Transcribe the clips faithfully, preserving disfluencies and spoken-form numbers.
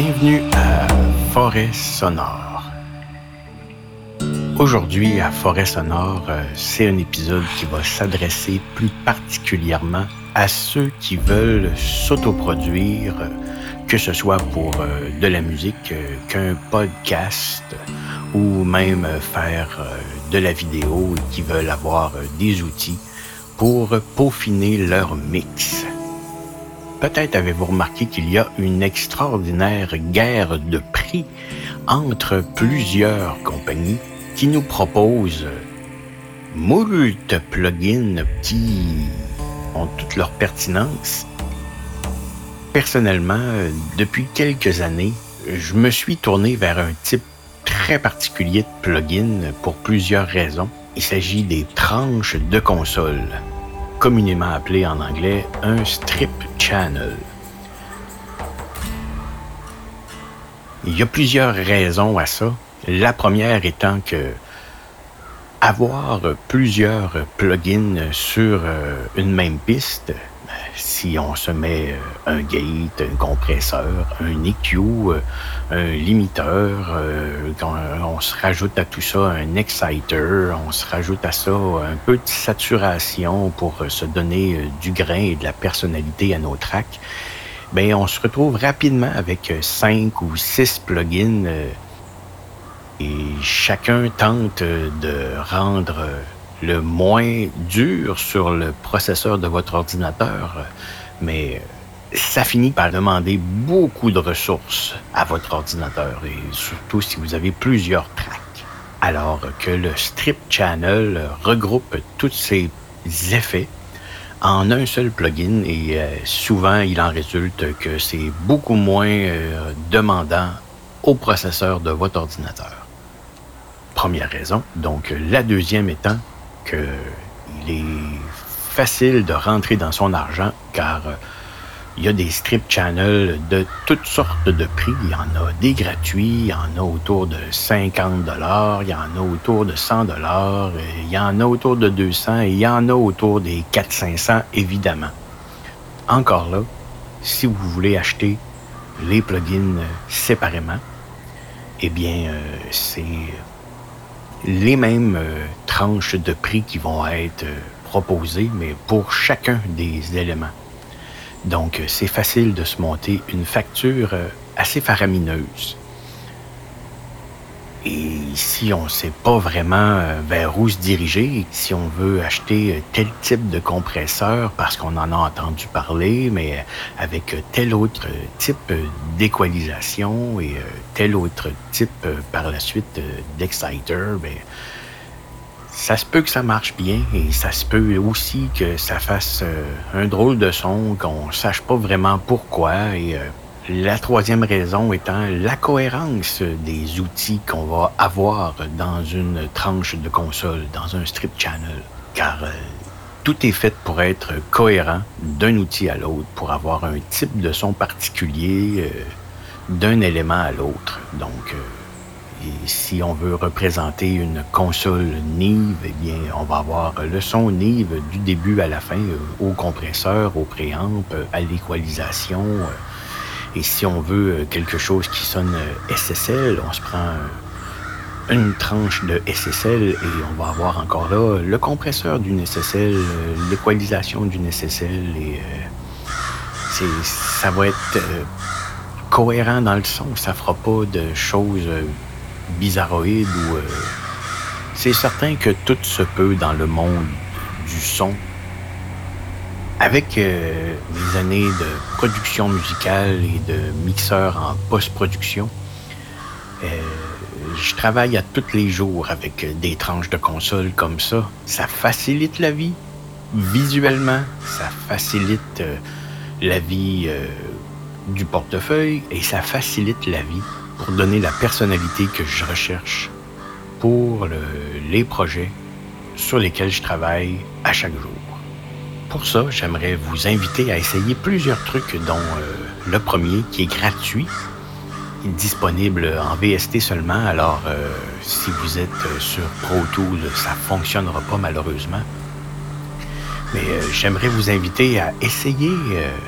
Bienvenue à Forêt Sonore. Aujourd'hui, à Forêt Sonore, c'est un épisode qui va s'adresser plus particulièrement à ceux qui veulent s'autoproduire, que ce soit pour de la musique, qu'un podcast ou même faire de la vidéo et qui veulent avoir des outils pour peaufiner leur mix. Peut-être avez-vous remarqué qu'il y a une extraordinaire guerre de prix entre plusieurs compagnies qui nous proposent moult plugins qui ont toute leur pertinence. Personnellement, depuis quelques années, je me suis tourné vers un type très particulier de plugin pour plusieurs raisons. Il s'agit des tranches de console, communément appelé en anglais un strip channel. Il y a plusieurs raisons à ça. La première étant que avoir plusieurs plugins sur une même piste, si on se met un gate, un compresseur, un E Q, un limiteur, on se rajoute à tout ça un exciter, on se rajoute à ça un peu de saturation pour se donner du grain et de la personnalité à nos tracks, bien, on se retrouve rapidement avec cinq ou six plugins et chacun tente de rendre le moins dur sur le processeur de votre ordinateur, mais ça finit par demander beaucoup de ressources à votre ordinateur, et surtout si vous avez plusieurs tracks. Alors que le strip channel regroupe tous ces effets en un seul plugin, et euh, souvent il en résulte que c'est beaucoup moins euh, demandant au processeur de votre ordinateur. Première raison. Donc la deuxième étant qu'il est facile de rentrer dans son argent, car euh, il y a des strip channels de toutes sortes de prix. Il y en a des gratuits, il y en a autour de cinquante dollars, il y en a autour de cent dollars, il y en a autour de deux cents et il y en a autour des quatre cents à cinq cents, évidemment. Encore là, si vous voulez acheter les plugins séparément, eh bien, euh, c'est les mêmes euh, tranches de prix qui vont être euh, proposées, mais pour chacun des éléments. Donc, euh, c'est facile de se monter une facture euh, assez faramineuse. Et si on ne sait pas vraiment euh, vers où se diriger, si on veut acheter euh, tel type de compresseur parce qu'on en a entendu parler, mais euh, avec euh, tel autre euh, type euh, d'équalisation et euh, tel autre type euh, par la suite euh, d'exciter, bien, ça se peut que ça marche bien et ça se peut aussi que ça fasse euh, un drôle de son, qu'on ne sache pas vraiment pourquoi. Et euh, la troisième raison étant la cohérence des outils qu'on va avoir dans une tranche de console, dans un strip channel. Car euh, tout est fait pour être cohérent d'un outil à l'autre, pour avoir un type de son particulier euh, d'un élément à l'autre. Donc, euh, et si on veut représenter une console Neve, eh bien, on va avoir le son Neve du début à la fin, euh, au compresseur, au préamp, à l'équalisation. Euh, et si on veut quelque chose qui sonne S S L, on se prend une tranche de S S L et on va avoir encore là le compresseur d'une S S L, l'équalisation d'une S S L. Et euh, c'est, ça va être euh, cohérent dans le son. Ça fera pas de choses euh, bizarroïdes ou euh, c'est certain que tout se peut dans le monde du son. Avec euh, mes années de production musicale et de mixeur en post-production, euh, je travaille à tous les jours avec des tranches de console comme ça. Ça facilite la vie visuellement, ça facilite euh, la vie euh, du portefeuille et ça facilite la vie pour donner la personnalité que je recherche pour le, les projets sur lesquels je travaille à chaque jour. Pour ça, j'aimerais vous inviter à essayer plusieurs trucs, dont euh, le premier qui est gratuit, il est disponible en V S T seulement. Alors, euh, si vous êtes sur Pro Tools, ça ne fonctionnera pas malheureusement. Mais euh, j'aimerais vous inviter à essayer euh,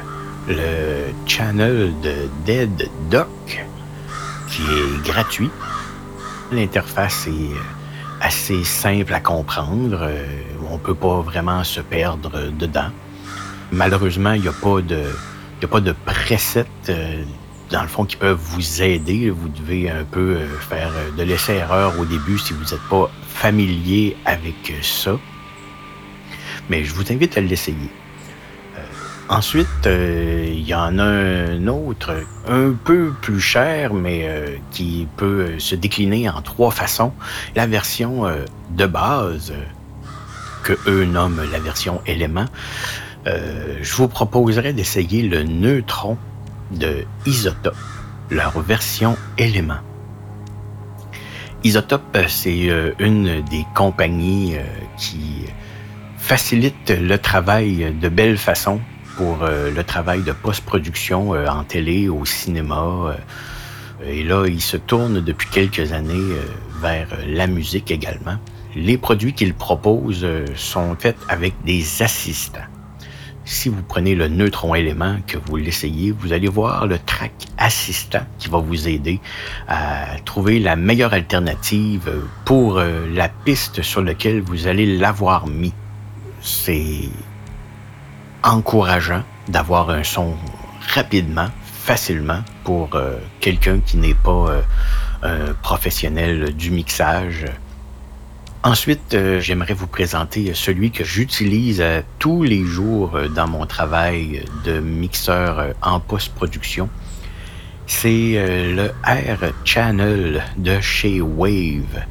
le channel de Dead Doc, qui est gratuit. L'interface est assez simple à comprendre. Euh, on ne peut pas vraiment se perdre dedans. Malheureusement, il n'y a pas de, il y a pas de preset, euh, dans le fond, qui peuvent vous aider. Vous devez un peu euh, faire de l'essai-erreur au début si vous n'êtes pas familier avec ça. Mais je vous invite à l'essayer. Ensuite, euh, il y en a un autre, un peu plus cher, mais euh, qui peut se décliner en trois façons. La version euh, de base, euh, que eux nomment la version élément. Euh, je vous proposerais d'essayer le Neutron de Isotope, leur version élément. Isotope, c'est euh, une des compagnies euh, qui facilite le travail de belle façon pour euh, le travail de post-production euh, en télé, au cinéma. Euh, et là, il se tourne depuis quelques années euh, vers la musique également. Les produits qu'ils proposent euh, sont faits avec des assistants. Si vous prenez le Neutron élément, que vous l'essayez, vous allez voir le track assistant qui va vous aider à trouver la meilleure alternative pour euh, la piste sur laquelle vous allez l'avoir mis. C'est encourageant d'avoir un son rapidement, facilement, pour euh, quelqu'un qui n'est pas euh, un professionnel du mixage. Ensuite, euh, j'aimerais vous présenter celui que j'utilise euh, tous les jours euh, dans mon travail de mixeur euh, en post-production. C'est euh, le R Channel de chez Wave.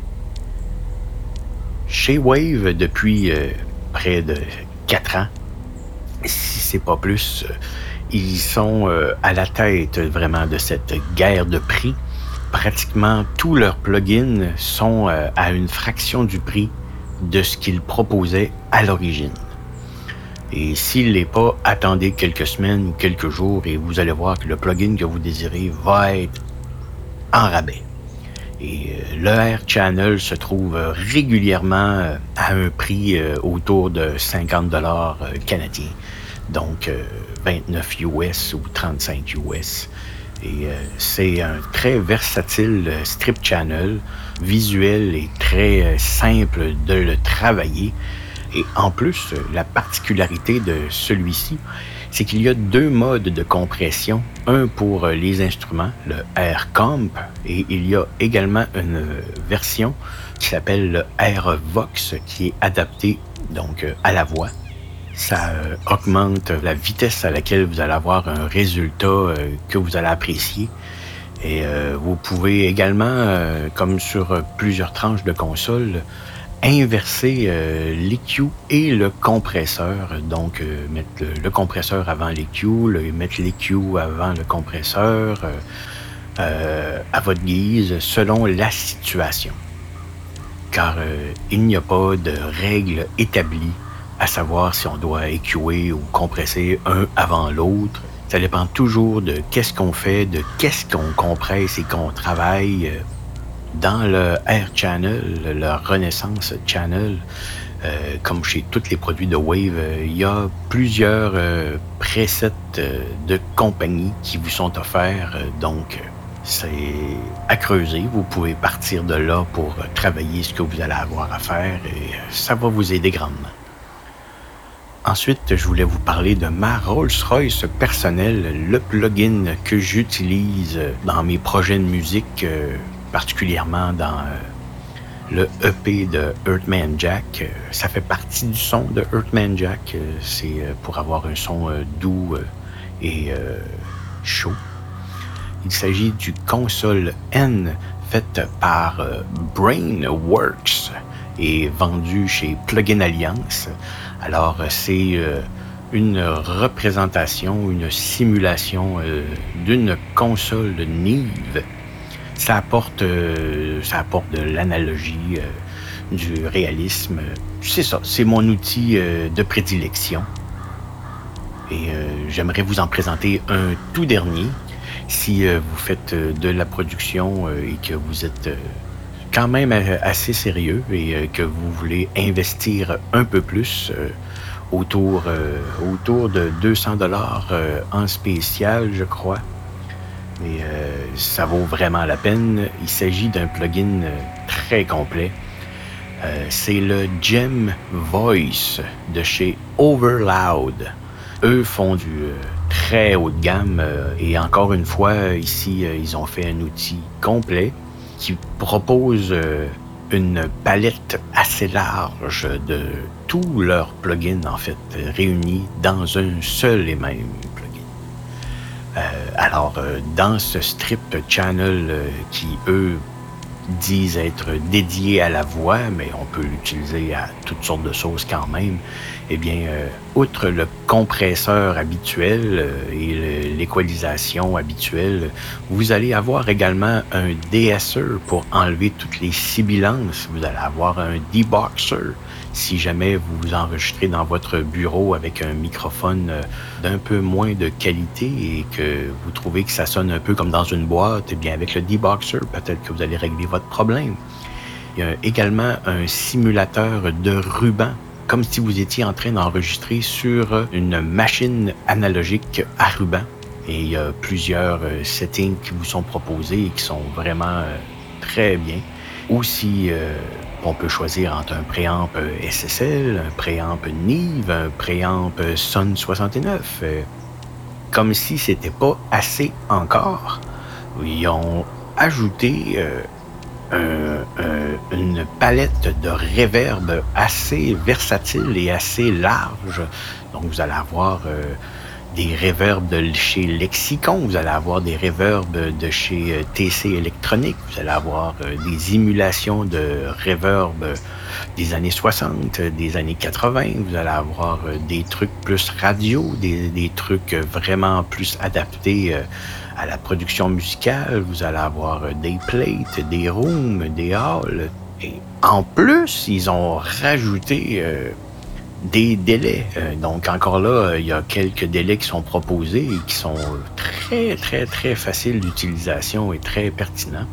Chez Wave, depuis euh, près de quatre ans, si c'est pas plus, ils sont euh, à la tête vraiment de cette guerre de prix. Pratiquement tous leurs plugins sont euh, à une fraction du prix de ce qu'ils proposaient à l'origine. Et s'il l'est pas, attendez quelques semaines ou quelques jours et vous allez voir que le plugin que vous désirez va être en rabais. Et euh, le R Channel se trouve euh, régulièrement euh, à un prix euh, autour de cinquante dollars euh, canadiens, donc euh, vingt-neuf U S ou trente-cinq U S. Et euh, c'est un très versatile euh, strip channel, visuel et très euh, simple de le travailler. Et en plus, la particularité de celui-ci, c'est qu'il y a deux modes de compression, un pour les instruments, le R Comp, et il y a également une version qui s'appelle le R Vox, qui est adaptée donc à la voix. Ça euh, augmente la vitesse à laquelle vous allez avoir un résultat euh, que vous allez apprécier. Et euh, vous pouvez également, euh, comme sur plusieurs tranches de console, inverser euh, l'E Q et le compresseur. Donc, euh, mettre le, le compresseur avant l'E Q, le, mettre l'E Q avant le compresseur, euh, euh, à votre guise, selon la situation. Car euh, il n'y a pas de règle établie à savoir si on doit E Qer ou compresser un avant l'autre. Ça dépend toujours de qu'est-ce qu'on fait, de qu'est-ce qu'on compresse et qu'on travaille. Euh, Dans le R Channel, le Renaissance Channel, euh, comme chez tous les produits de Wave, euh, il y a plusieurs euh, presets euh, de compagnie qui vous sont offerts. Euh, donc, c'est à creuser. Vous pouvez partir de là pour euh, travailler ce que vous allez avoir à faire et euh, ça va vous aider grandement. Ensuite, je voulais vous parler de ma Rolls-Royce personnelle, le plugin que j'utilise dans mes projets de musique, euh, particulièrement dans euh, le E P de Earthman Jack. Euh, ça fait partie du son de Earthman Jack. Euh, c'est euh, pour avoir un son euh, doux euh, et euh, chaud. Il s'agit du console N faite par euh, Brainworks et vendu chez Plugin Alliance. Alors, c'est euh, une représentation, une simulation euh, d'une console Neve. Ça apporte, euh, ça apporte de l'analogie, euh, du réalisme. C'est ça, c'est mon outil euh, de prédilection. Et euh, j'aimerais vous en présenter un tout dernier. Si euh, vous faites euh, de la production euh, et que vous êtes euh, quand même assez sérieux et euh, que vous voulez investir un peu plus euh, autour, euh, autour de deux cents dollars euh, en spécial, je crois. Mais euh, ça vaut vraiment la peine. Il s'agit d'un plugin euh, très complet. Euh, c'est le Gem Voice de chez Overloud. Eux font du euh, très haut de gamme euh, et encore une fois, ici, euh, ils ont fait un outil complet qui propose euh, une palette assez large de tous leurs plugins, en fait, réunis dans un seul et même plugin. Euh, alors, euh, dans ce strip channel euh, qui, eux, disent être dédiés à la voix, mais on peut l'utiliser à toutes sortes de choses quand même, eh bien, euh, outre le compresseur habituel euh, et l'équalisation habituelle, vous allez avoir également un déesseur pour enlever toutes les sibilances. Vous allez avoir un deboxer si jamais vous vous enregistrez dans votre bureau avec un microphone euh, d'un peu moins de qualité et que vous trouvez que ça sonne un peu comme dans une boîte, eh bien, avec le deboxer, peut-être que vous allez régler votre problème. Il y a également un simulateur de ruban, comme si vous étiez en train d'enregistrer sur une machine analogique à ruban. Et il y a plusieurs euh, settings qui vous sont proposés et qui sont vraiment euh, très bien. Aussi, euh, on peut choisir entre un préamp S S L, un préamp Neve, un préamp Sun soixante-neuf. Euh, comme si c'était pas assez encore, ils ont ajouté euh, un, un, une palette de reverb assez versatile et assez large. Donc, vous allez avoir euh, des reverbs de chez Lexicon, vous allez avoir des reverbs de chez euh, T C Electronic, vous allez avoir euh, des émulations de reverb des années soixante, des années quatre-vingts, vous allez avoir euh, des trucs plus radio, des, des trucs vraiment plus adaptés euh, à la production musicale, vous allez avoir euh, des plates, des rooms, des halls. Et en plus, ils ont rajouté euh, des délais. Euh, donc, encore là, il y a quelques délais qui sont proposés et qui sont très, très, très faciles d'utilisation et très pertinents.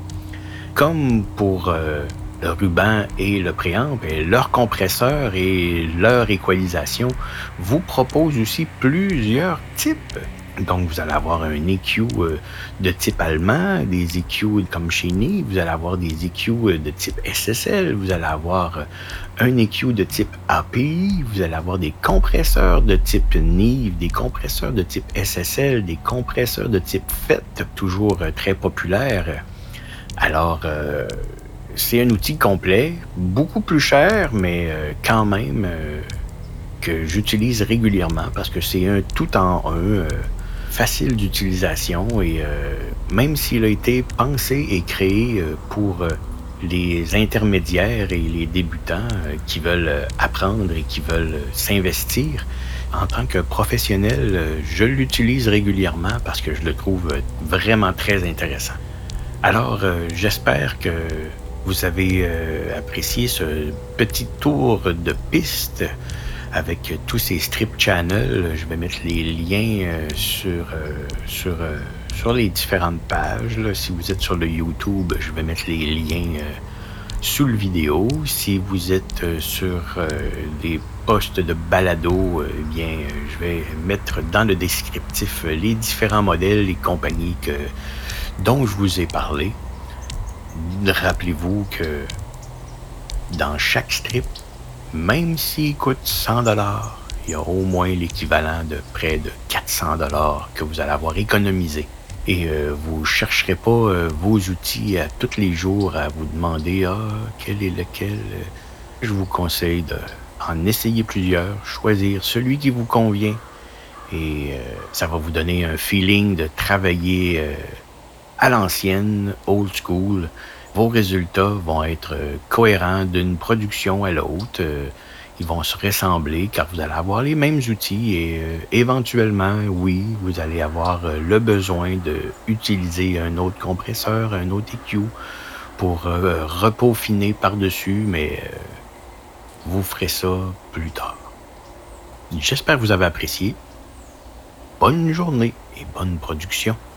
Comme pour euh, le ruban et le préamp, et leur compresseur et leur équalisation vous proposent aussi plusieurs types. Donc, vous allez avoir un E Q euh, de type allemand, des E Q comme chez Neve, vous allez avoir des E Q euh, de type S S L, vous allez avoir euh, un E Q de type A P I, vous allez avoir des compresseurs de type Neve, des compresseurs de type S S L, des compresseurs de type F E T, toujours euh, très populaire. Alors, euh, c'est un outil complet, beaucoup plus cher, mais euh, quand même euh, que j'utilise régulièrement parce que c'est un tout en un, euh, facile d'utilisation et euh, même s'il a été pensé et créé euh, pour euh, les intermédiaires et les débutants euh, qui veulent euh, apprendre et qui veulent euh, s'investir, en tant que professionnel, euh, je l'utilise régulièrement parce que je le trouve euh, vraiment très intéressant. Alors, euh, j'espère que vous avez euh, apprécié ce petit tour de piste avec tous ces strip channels. Je vais mettre les liens euh, sur, euh, sur, euh, sur les différentes pages. Là. Si vous êtes sur le YouTube, je vais mettre les liens euh, sous le vidéo. Si vous êtes euh, sur euh, des postes de balado, euh, eh bien, euh, je vais mettre dans le descriptif euh, les différents modèles et compagnies que, dont je vous ai parlé. Rappelez-vous que dans chaque strip, même s'il coûte cent dollars, il y a au moins l'équivalent de près de quatre cents dollars que vous allez avoir économisé. Et euh, vous ne chercherez pas euh, vos outils à tous les jours à vous demander « Ah, quel est lequel ?» Je vous conseille d'en essayer plusieurs, choisir celui qui vous convient. Et euh, ça va vous donner un feeling de travailler euh, à l'ancienne, old school. Vos résultats vont être euh, cohérents d'une production à l'autre. Euh, ils vont se ressembler car vous allez avoir les mêmes outils et euh, éventuellement, oui, vous allez avoir euh, le besoin d'utiliser un autre compresseur, un autre E Q pour euh, repeaufiner par-dessus, mais euh, vous ferez ça plus tard. J'espère que vous avez apprécié. Bonne journée et bonne production.